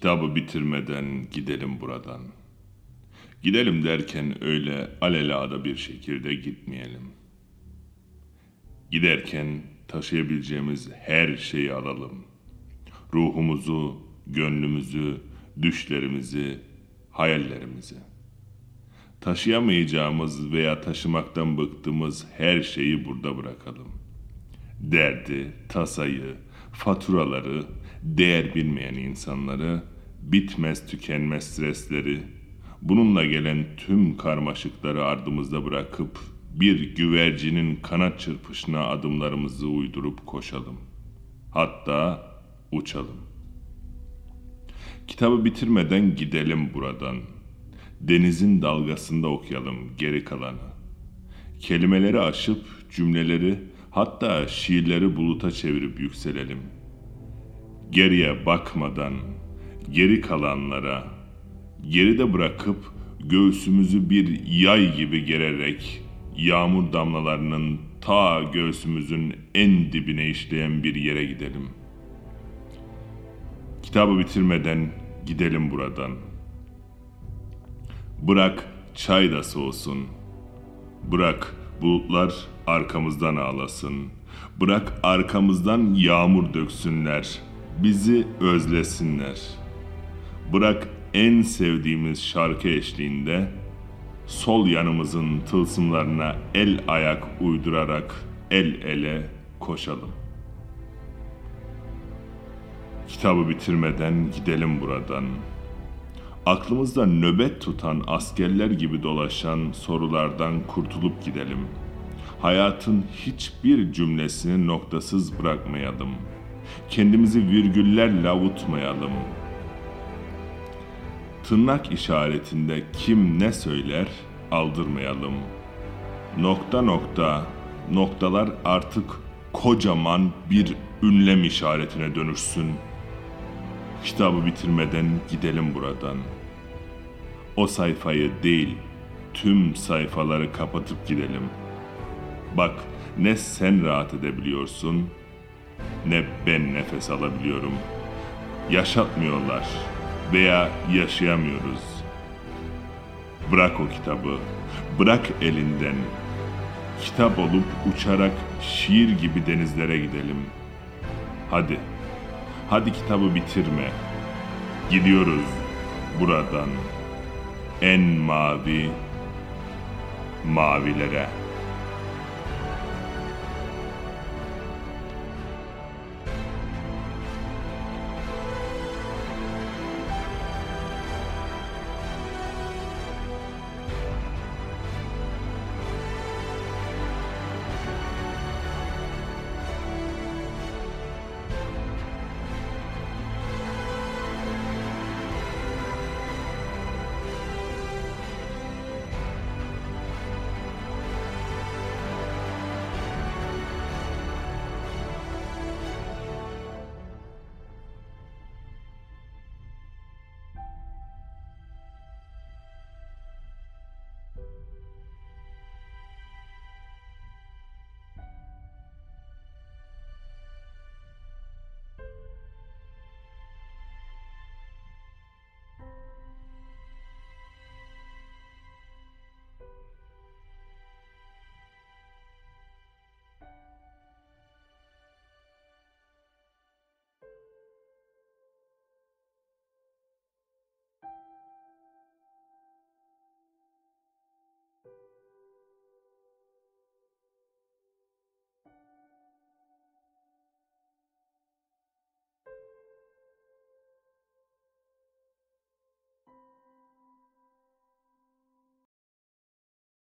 Kitabı bitirmeden gidelim buradan. Gidelim derken öyle alelade bir şekilde gitmeyelim. Giderken taşıyabileceğimiz her şeyi alalım. Ruhumuzu, gönlümüzü, düşlerimizi, hayallerimizi. Taşıyamayacağımız veya taşımaktan bıktığımız her şeyi burada bırakalım. Derdi, tasayı, faturaları, değer bilmeyen insanları, bitmez tükenmez stresleri, bununla gelen tüm karmaşıkları ardımızda bırakıp bir güvercinin kanat çırpışına adımlarımızı uydurup koşalım. Hatta uçalım. Kitabı bitirmeden gidelim buradan. Denizin dalgasında okuyalım geri kalanı. Kelimeleri aşıp cümleleri, hatta şiirleri buluta çevirip yükselelim. Geriye bakmadan geri kalanlara, geride bırakıp göğsümüzü bir yay gibi gererek yağmur damlalarının ta göğsümüzün en dibine işleyen bir yere gidelim. Kitabı bitirmeden gidelim buradan. Bırak çay da soğusun. Bırak bulutlar arkamızdan ağlasın. Bırak arkamızdan yağmur döksünler. Bizi özlesinler. Bırak en sevdiğimiz şarkı eşliğinde sol yanımızın tılsımlarına el ayak uydurarak el ele koşalım. Kitabı bitirmeden gidelim buradan. Aklımızda nöbet tutan askerler gibi dolaşan sorulardan kurtulup gidelim. Hayatın hiçbir cümlesini noktasız bırakmayalım. Kendimizi virgüllerle avutmayalım. Tırnak işaretinde kim ne söyler aldırmayalım. Noktalar artık kocaman bir ünlem işaretine dönüşsün. Kitabı bitirmeden gidelim buradan. O sayfayı değil, tüm sayfaları kapatıp gidelim. Bak, ne sen rahat edebiliyorsun, ne ben nefes alabiliyorum. Yaşatmıyorlar veya yaşayamıyoruz. Bırak o kitabı, bırak elinden. Kitap olup uçarak şiir gibi denizlere gidelim. Hadi kitabı bitirme. Gidiyoruz buradan en mavi mavilere.